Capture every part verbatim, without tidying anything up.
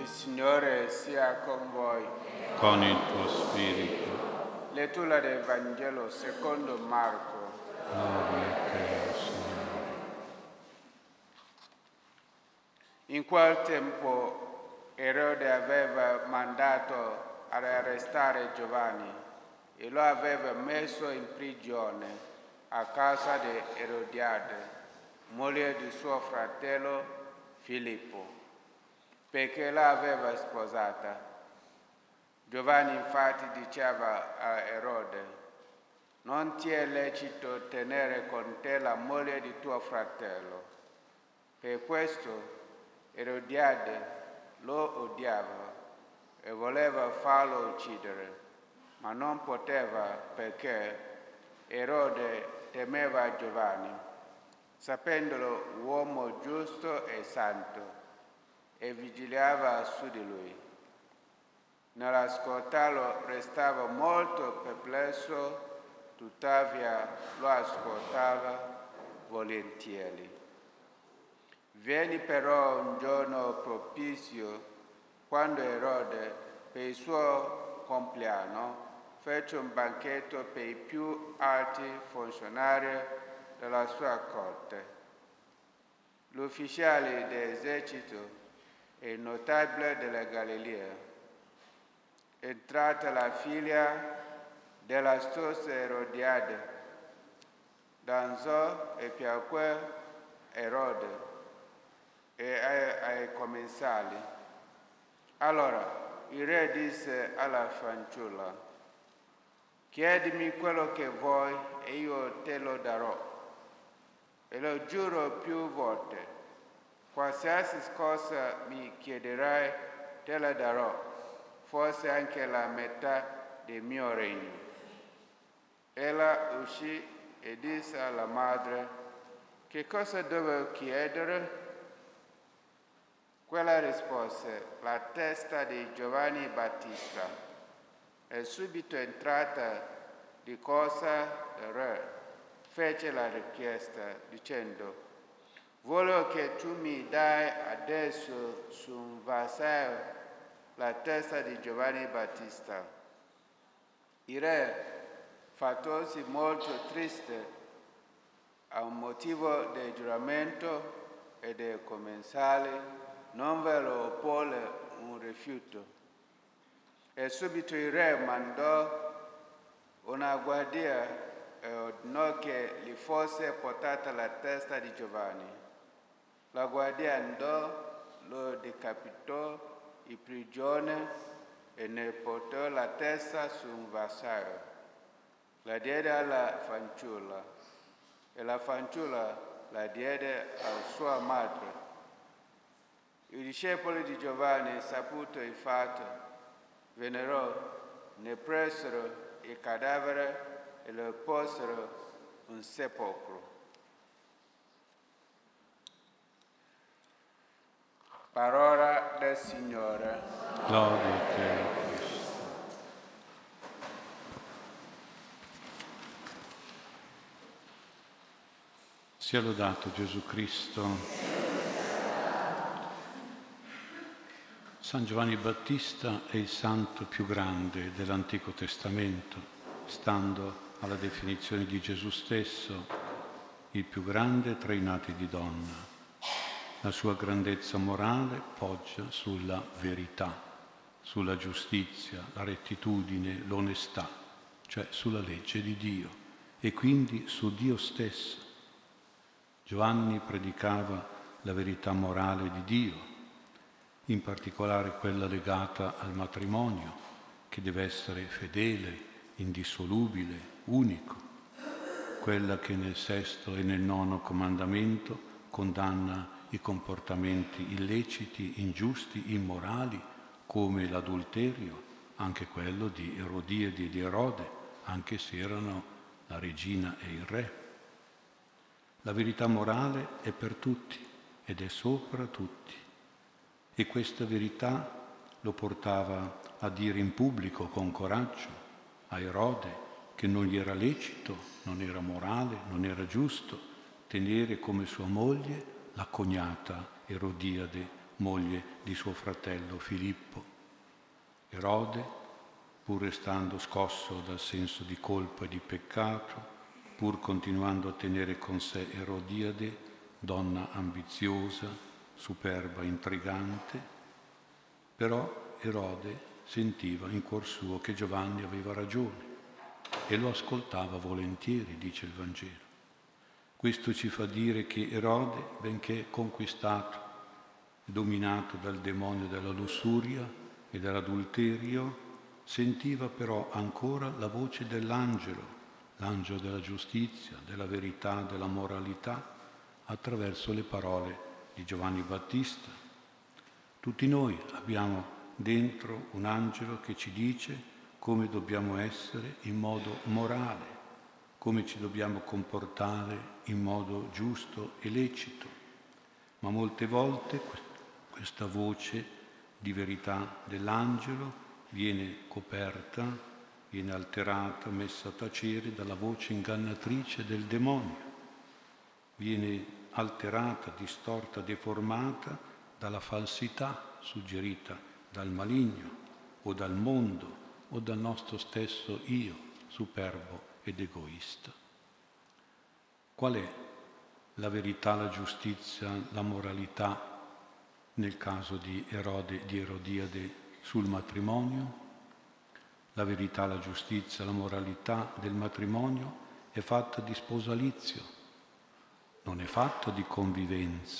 Il Signore sia con voi. Con il tuo spirito. Lettura del Vangelo secondo Marco. Gloria a te, Signore. In quel tempo Erode aveva mandato ad arrestare Giovanni e lo aveva messo in prigione a casa di Erodiade, moglie di suo fratello Filippo, perché l'aveva sposata. Giovanni infatti diceva a Erode: non ti è lecito tenere con te la moglie di tuo fratello. Per questo Erodiade lo odiava e voleva farlo uccidere, ma non poteva perché Erode temeva Giovanni, sapendolo uomo giusto e santo, e vigilava su di lui. Nell'ascoltarlo restava molto perplesso, tuttavia lo ascoltava volentieri. Venne però un giorno propizio, quando Erode, per il suo compleanno, fece un banchetto per i più alti funzionari della sua corte, gli ufficiali dell'esercito e i notabili della Galilea. Entrata la figlia della stessa Erodiade, danzò e piacque Erode e ai, ai commensali. Allora il re disse alla fanciulla: chiedimi quello che vuoi e io te lo darò. E lo giuro più volte: qualsiasi cosa mi chiederai te la darò, forse anche la metà del mio regno. Ella uscì e disse alla madre: che cosa devo chiedere? Quella rispose: la testa di Giovanni Battista. E subito entrata di corsa del re, fece la richiesta dicendo: voglio che tu mi dai adesso su un vassoio la testa di Giovanni Battista. Il re, fattosi molto triste a un motivo del giuramento e dei commensali, non ve lo oppone un rifiuto. E subito il re mandò una guardia e ordinò che gli fosse portata la testa di Giovanni. La guardia andò, lo decapitò in prigione e ne portò la testa su un vassoio. La diede alla fanciulla e la fanciulla la diede a sua madre. I discepoli di Giovanni, saputo il fatto, vennero, ne presero il cadavere e lo posero in sepolcro. Parola del Signore. Gloria a te, Cristo. Sia lodato Gesù Cristo. San Giovanni Battista è il santo più grande dell'Antico Testamento, stando alla definizione di Gesù stesso, il più grande tra i nati di donna. La sua grandezza morale poggia sulla verità, sulla giustizia, la rettitudine, l'onestà, cioè sulla legge di Dio, e quindi su Dio stesso. Giovanni predicava la verità morale di Dio, in particolare quella legata al matrimonio, che deve essere fedele, indissolubile, unico, quella che nel sesto e nel nono comandamento condanna i comportamenti illeciti, ingiusti, immorali, come l'adulterio, anche quello di Erodiade e di Erode, anche se erano la regina e il re. La verità morale è per tutti ed è sopra tutti. E questa verità lo portava a dire in pubblico con coraggio a Erode che non gli era lecito, non era morale, non era giusto tenere come sua moglie la cognata Erodiade, moglie di suo fratello Filippo. Erode, pur restando scosso dal senso di colpa e di peccato, pur continuando a tenere con sé Erodiade, donna ambiziosa, superba, intrigante, però Erode sentiva in cuor suo che Giovanni aveva ragione e lo ascoltava volentieri, dice il Vangelo. Questo ci fa dire che Erode, benché conquistato e dominato dal demonio della lussuria e dell'adulterio, sentiva però ancora la voce dell'angelo, l'angelo della giustizia, della verità, della moralità, attraverso le parole di Giovanni Battista. Tutti noi abbiamo dentro un angelo che ci dice come dobbiamo essere in modo morale, come ci dobbiamo comportare in modo giusto e lecito. Ma molte volte questa voce di verità dell'angelo viene coperta, viene alterata, messa a tacere dalla voce ingannatrice del demonio, viene alterata, distorta, deformata dalla falsità suggerita dal maligno o dal mondo o dal nostro stesso io, superbo ed egoista. Qual è la verità, la giustizia, la moralità nel caso di Erode, di Erodiade sul matrimonio? La verità, la giustizia, la moralità del matrimonio è fatta di sposalizio, non è fatta di convivenza,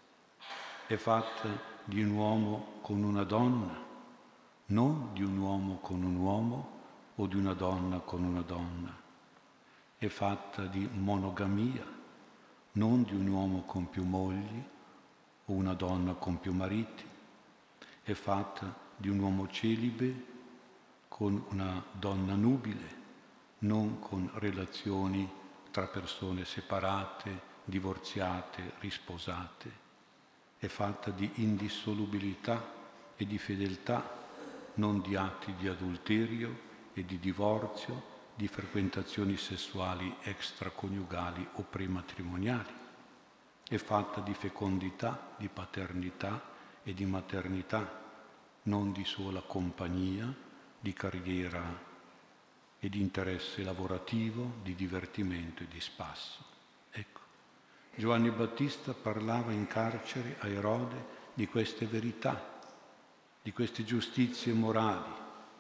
è fatta di un uomo con una donna, non di un uomo con un uomo o di una donna con una donna. È fatta di monogamia, non di un uomo con più mogli o una donna con più mariti. È fatta di un uomo celibe con una donna nubile, non con relazioni tra persone separate, divorziate, risposate. È fatta di indissolubilità e di fedeltà, non di atti di adulterio e di divorzio, di frequentazioni sessuali extraconiugali o prematrimoniali. È fatta di fecondità, di paternità e di maternità, non di sola compagnia, di carriera e di interesse lavorativo, di divertimento e di spasso. Ecco, Giovanni Battista parlava in carcere a Erode di queste verità, di queste giustizie morali,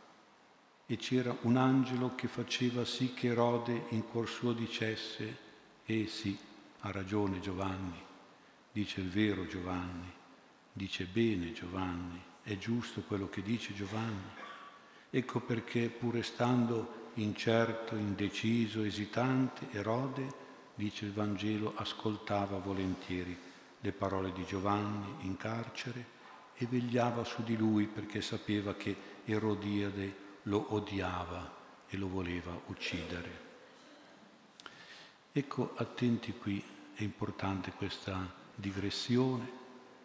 e c'era un angelo che faceva sì che Erode in cuor suo dicesse: eh sì, ha ragione Giovanni, dice il vero Giovanni, dice bene Giovanni, è giusto quello che dice Giovanni. Ecco perché, pur restando incerto, indeciso, esitante, Erode, dice il Vangelo, ascoltava volentieri le parole di Giovanni in carcere e vegliava su di lui perché sapeva che Erodiade lo odiava e lo voleva uccidere. Ecco, attenti qui, è importante questa digressione.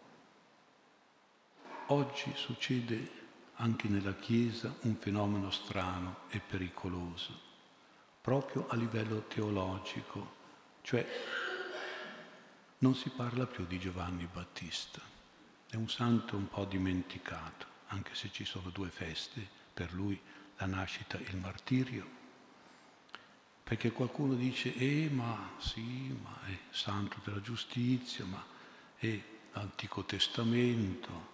Oggi succede anche nella Chiesa un fenomeno strano e pericoloso, proprio a livello teologico, cioè non si parla più di Giovanni Battista, è un santo un po' dimenticato, anche se ci sono due feste per lui, la nascita e il martirio, perché qualcuno dice, eh ma sì, ma è santo della giustizia, ma è l'Antico Testamento,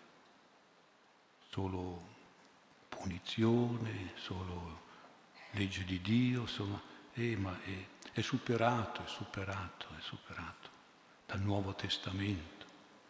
solo punizione, solo legge di Dio, insomma, eh, ma è, è superato, è superato, è superato dal Nuovo Testamento,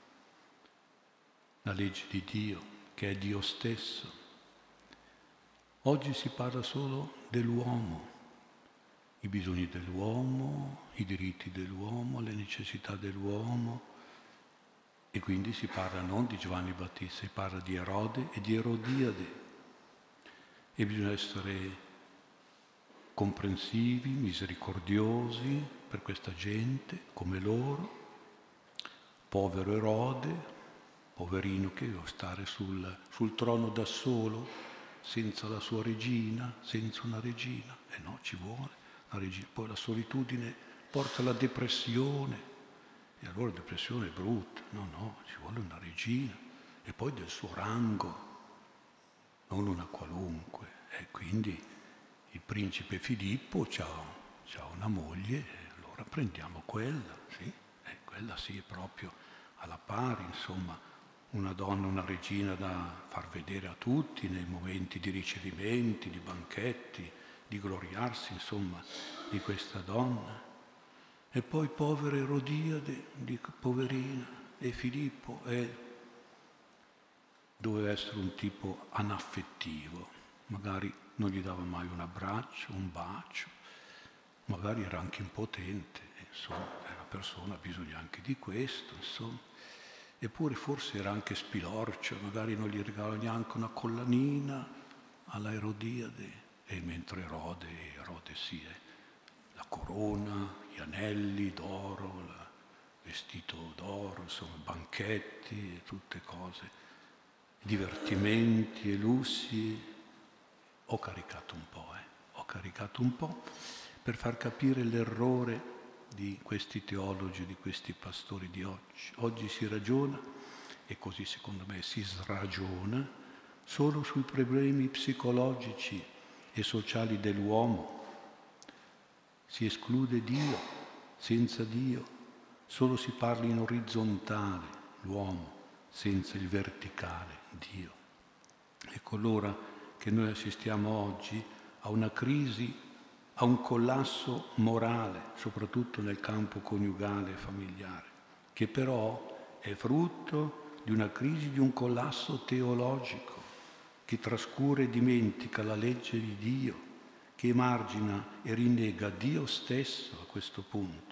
la legge di Dio, che è Dio stesso. Oggi si parla solo dell'uomo, i bisogni dell'uomo, i diritti dell'uomo, le necessità dell'uomo, e quindi si parla non di Giovanni Battista, si parla di Erode e di Erodiade. E bisogna essere comprensivi, misericordiosi per questa gente, come loro. Povero Erode, poverino che deve stare sul, sul trono da solo, senza la sua regina, senza una regina. E eh no, ci vuole la regina. Poi la solitudine porta alla depressione, E allora depressione è brutta. No, no, ci vuole una regina. E poi del suo rango, non una qualunque. E quindi il principe Filippo ha una moglie, e allora prendiamo quella, sì. E quella sì, è proprio alla pari, insomma, una donna, una regina da far vedere a tutti nei momenti di ricevimenti, di banchetti, di gloriarsi, insomma, di questa donna. E poi povera Erodiade, dico, poverina, e Filippo è, doveva essere un tipo anaffettivo, magari non gli dava mai un abbraccio, un bacio, magari era anche impotente, insomma, è una persona, ha bisogno anche di questo, insomma. Eppure forse era anche spilorcio, magari non gli regalava neanche una collanina alla Erodiade, e mentre Erode, Erode sì, è la corona, gli anelli d'oro, il vestito d'oro, insomma, banchetti e tutte cose, divertimenti e lussi. Ho caricato un po', eh, ho caricato un po' per far capire l'errore di questi teologi, di questi pastori di oggi. Oggi si ragiona, e così secondo me si sragiona, solo sui problemi psicologici e sociali dell'uomo. Si esclude Dio, senza Dio, solo si parla in orizzontale, l'uomo, senza il verticale, Dio. Ecco allora che noi assistiamo oggi a una crisi, a un collasso morale, soprattutto nel campo coniugale e familiare, che però è frutto di una crisi, di un collasso teologico, che trascura e dimentica la legge di Dio, che emargina e rinnega Dio stesso a questo punto.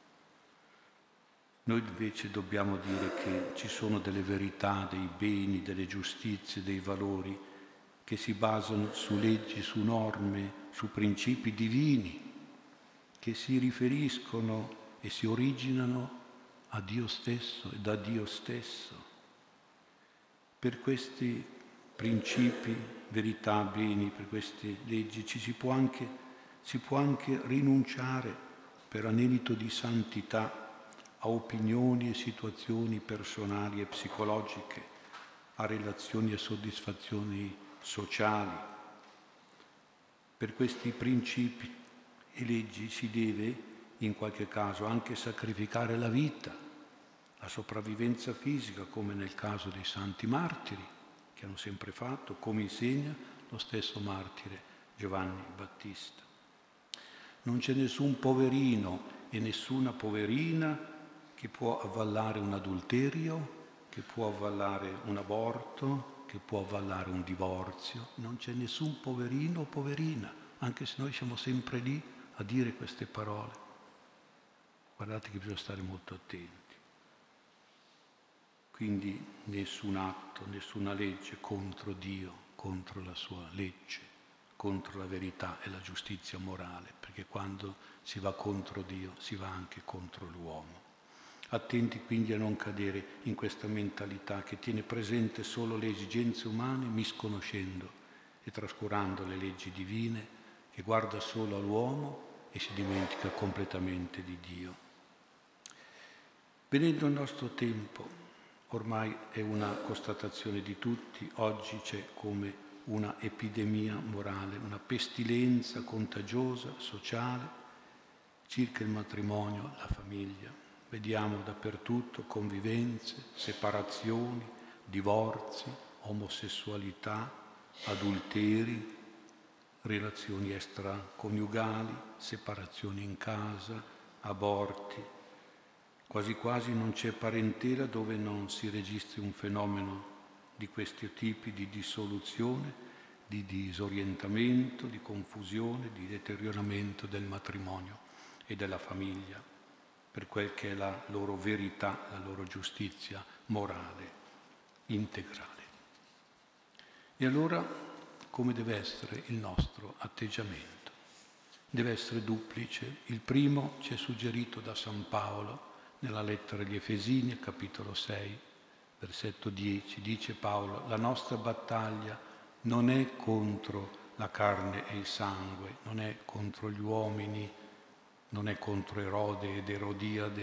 Noi invece dobbiamo dire che ci sono delle verità, dei beni, delle giustizie, dei valori che si basano su leggi, su norme, su principi divini, che si riferiscono e si originano a Dio stesso e da Dio stesso. Per questi principi, verità, beni, per queste leggi ci si può anche, si può anche rinunciare per anelito di santità a opinioni e situazioni personali e psicologiche, a relazioni e soddisfazioni sociali. Per questi principi e leggi si deve, in qualche caso, anche sacrificare la vita, la sopravvivenza fisica, come nel caso dei santi martiri, che hanno sempre fatto, come insegna lo stesso martire Giovanni Battista. Non c'è nessun poverino e nessuna poverina che può avvallare un adulterio, che può avvallare un aborto, che può avvallare un divorzio. Non c'è nessun poverino o poverina, anche se noi siamo sempre lì a dire queste parole. Guardate che bisogna stare molto attenti. Quindi nessun atto, nessuna legge contro Dio, contro la sua legge, contro la verità e la giustizia morale, perché quando si va contro Dio si va anche contro l'uomo. Attenti quindi a non cadere in questa mentalità che tiene presente solo le esigenze umane, misconoscendo e trascurando le leggi divine, che guarda solo all'uomo e si dimentica completamente di Dio. Venendo al nostro tempo, ormai è una constatazione di tutti, oggi c'è come una epidemia morale, una pestilenza contagiosa, sociale, circa il matrimonio, la famiglia. Vediamo dappertutto convivenze, separazioni, divorzi, omosessualità, adulteri, relazioni extraconiugali, separazioni in casa, aborti. Quasi quasi non c'è parentela dove non si registri un fenomeno di questi tipi di dissoluzione, di disorientamento, di confusione, di deterioramento del matrimonio e della famiglia, per quel che è la loro verità, la loro giustizia morale, integrale. E allora, come deve essere il nostro atteggiamento? Deve essere duplice. Il primo ci è suggerito da San Paolo nella lettera agli Efesini, capitolo sei, versetto dieci, dice Paolo: la nostra battaglia non è contro la carne e il sangue, non è contro gli uomini, non è contro Erode ed Erodiade,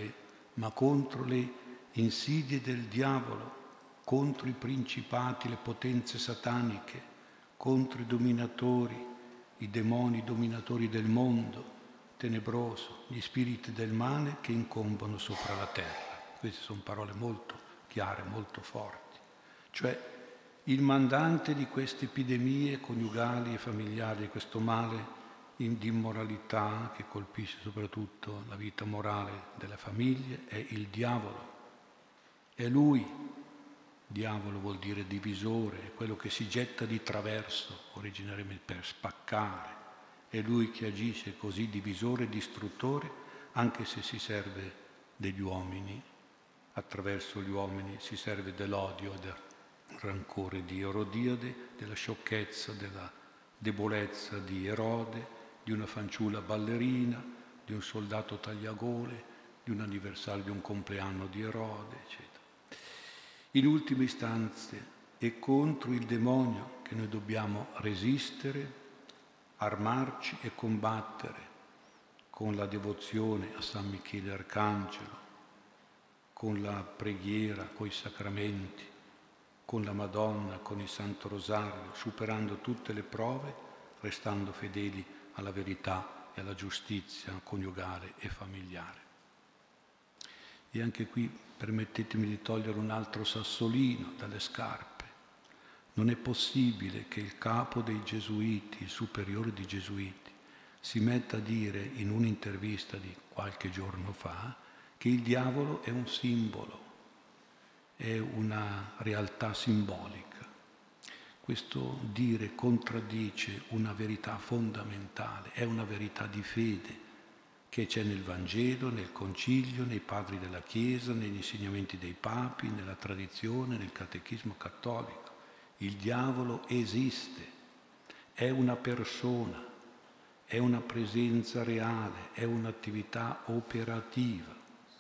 ma contro le insidie del diavolo, contro i principati, le potenze sataniche, contro i dominatori, i demoni dominatori del mondo tenebroso, gli spiriti del male che incombono sopra la terra. Queste sono parole molto chiare, molto forti. Cioè, il mandante di queste epidemie coniugali e familiari, questo male di immoralità che colpisce soprattutto la vita morale delle famiglie, è il diavolo. È lui. Diavolo vuol dire divisore, è quello che si getta di traverso, originariamente per spaccare. È lui che agisce così divisore e distruttore, anche se si serve degli uomini. Attraverso gli uomini si serve dell'odio, del rancore di Erodiade, della sciocchezza, della debolezza di Erode, di una fanciulla ballerina, di un soldato tagliagole, di un anniversario di un compleanno di Erode, eccetera. In ultima istanza è contro il demonio che noi dobbiamo resistere, armarci e combattere con la devozione a San Michele Arcangelo, con la preghiera, con i sacramenti, con la Madonna, con il Santo Rosario, superando tutte le prove, restando fedeli alla verità e alla giustizia coniugale e familiare. E anche qui permettetemi di togliere un altro sassolino dalle scarpe. Non è possibile che il capo dei Gesuiti, il superiore dei Gesuiti, si metta a dire in un'intervista di qualche giorno fa che il diavolo è un simbolo, è una realtà simbolica. Questo dire contraddice una verità fondamentale, è una verità di fede che c'è nel Vangelo, nel Concilio, nei padri della Chiesa, negli insegnamenti dei papi, nella tradizione, nel catechismo cattolico. Il diavolo esiste, è una persona, è una presenza reale, è un'attività operativa.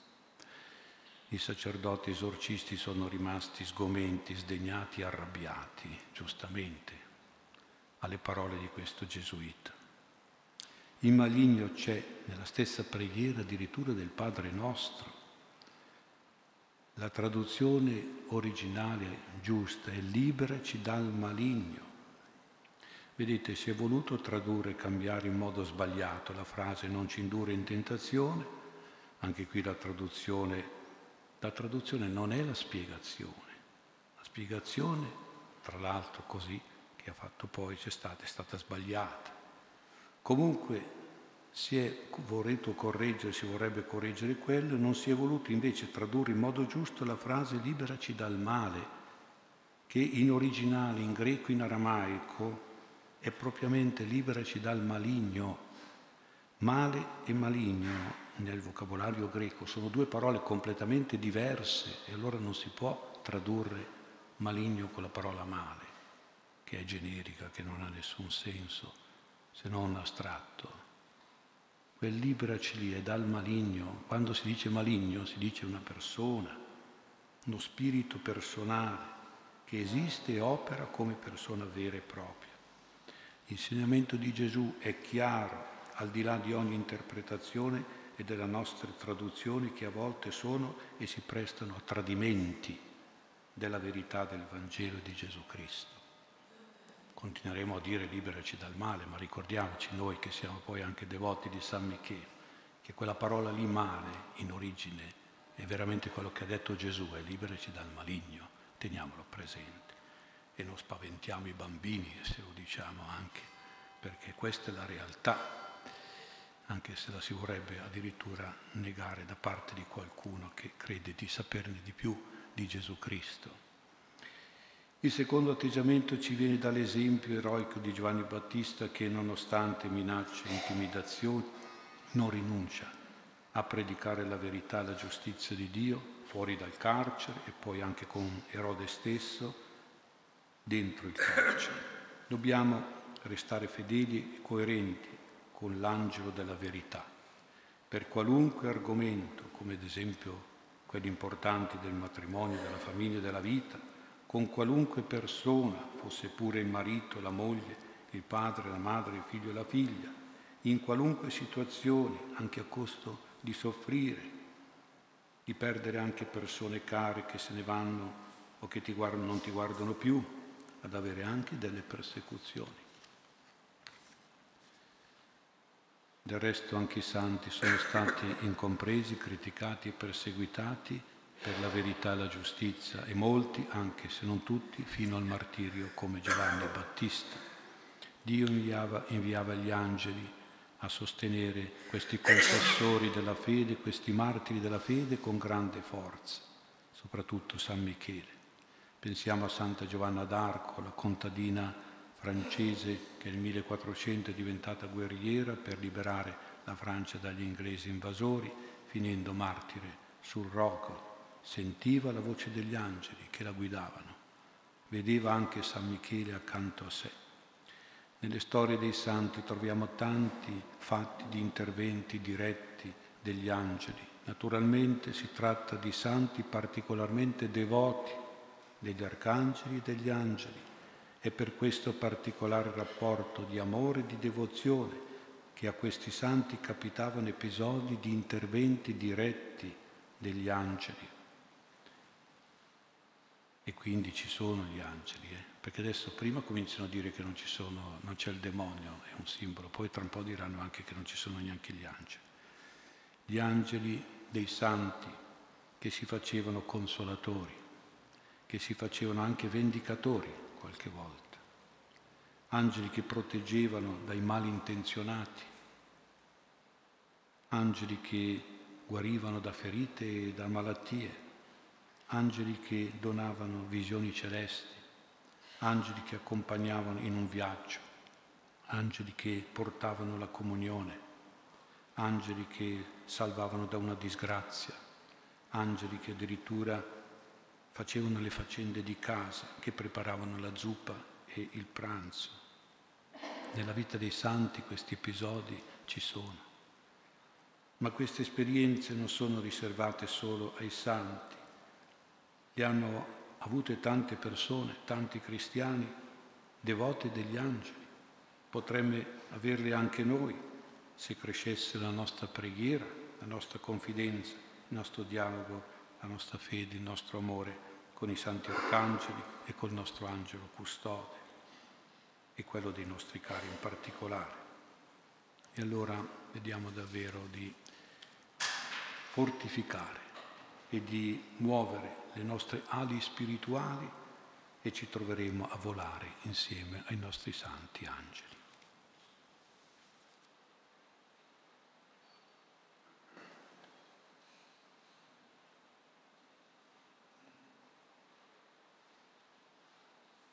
I sacerdoti esorcisti sono rimasti sgomenti, sdegnati, arrabbiati, giustamente, alle parole di questo gesuita. Il maligno c'è nella stessa preghiera addirittura del Padre Nostro. La traduzione originale giusta è liberaci dal maligno. Vedete, si è voluto tradurre e cambiare in modo sbagliato la frase non ci indurre in tentazione. Anche qui la traduzione, la traduzione non è la spiegazione. La spiegazione, tra l'altro così, che ha fatto poi, c'è stata, è stata sbagliata. Comunque si è voluto correggere, si vorrebbe correggere quello, non si è voluto invece tradurre in modo giusto la frase liberaci dal male, che in originale, in greco e in aramaico, è propriamente liberaci dal maligno. Male e maligno nel vocabolario greco sono due parole completamente diverse e allora non si può tradurre maligno con la parola male, che è generica, che non ha nessun senso se non astratto. Quel liberaci lì è dal maligno. Quando si dice maligno si dice una persona, uno spirito personale che esiste e opera come persona vera e propria. L'insegnamento di Gesù è chiaro, al di là di ogni interpretazione e delle nostre traduzioni che a volte sono e si prestano a tradimenti della verità del Vangelo di Gesù Cristo. Continueremo a dire liberaci dal male, ma ricordiamoci noi che siamo poi anche devoti di San Michele, che quella parola lì male in origine è veramente quello che ha detto Gesù, è liberaci dal maligno, teniamolo presente. E non spaventiamo i bambini se lo diciamo anche, perché questa è la realtà, anche se la si vorrebbe addirittura negare da parte di qualcuno che crede di saperne di più di Gesù Cristo. Il secondo atteggiamento ci viene dall'esempio eroico di Giovanni Battista che, nonostante minacce e intimidazioni, non rinuncia a predicare la verità e la giustizia di Dio fuori dal carcere e poi anche con Erode stesso dentro il carcere. Dobbiamo restare fedeli e coerenti con l'angelo della verità. Per qualunque argomento, come ad esempio quelli importanti del matrimonio, della famiglia e della vita, con qualunque persona, fosse pure il marito, la moglie, il padre, la madre, il figlio e la figlia, in qualunque situazione, anche a costo di soffrire, di perdere anche persone care che se ne vanno o che ti guardano, non ti guardano più, ad avere anche delle persecuzioni. Del resto anche i santi sono stati incompresi, criticati e perseguitati per la verità e la giustizia, e molti, anche se non tutti, fino al martirio, come Giovanni Battista. Dio inviava, inviava gli angeli a sostenere questi confessori della fede, questi martiri della fede con grande forza, soprattutto San Michele. Pensiamo a Santa Giovanna d'Arco, la contadina francese che nel millequattrocento è diventata guerriera per liberare la Francia dagli inglesi invasori, finendo martire sul rogo. Sentiva la voce degli angeli che la guidavano, vedeva anche San Michele accanto a sé. Nelle storie dei santi troviamo tanti fatti di interventi diretti degli angeli. Naturalmente si tratta di santi particolarmente devoti degli arcangeli e degli angeli, e per questo particolare rapporto di amore e di devozione che a questi santi capitavano episodi di interventi diretti degli angeli. E quindi ci sono gli angeli, eh? Perché adesso prima cominciano a dire che non ci sono, non c'è il demonio, è un simbolo, poi tra un po' diranno anche che non ci sono neanche gli angeli. Gli angeli dei santi che si facevano consolatori, che si facevano anche vendicatori qualche volta, angeli che proteggevano dai malintenzionati, angeli che guarivano da ferite e da malattie, angeli che donavano visioni celesti, angeli che accompagnavano in un viaggio, angeli che portavano la comunione, angeli che salvavano da una disgrazia, angeli che addirittura facevano le faccende di casa, che preparavano la zuppa e il pranzo. Nella vita dei santi questi episodi ci sono, ma queste esperienze non sono riservate solo ai santi. Le hanno avute tante persone, tanti cristiani devoti degli angeli. Potremmo averle anche noi se crescesse la nostra preghiera, la nostra confidenza, il nostro dialogo, la nostra fede, il nostro amore con i santi arcangeli e col nostro angelo custode e quello dei nostri cari in particolare. E allora vediamo davvero di fortificare e di muovere le nostre ali spirituali e ci troveremo a volare insieme ai nostri santi angeli.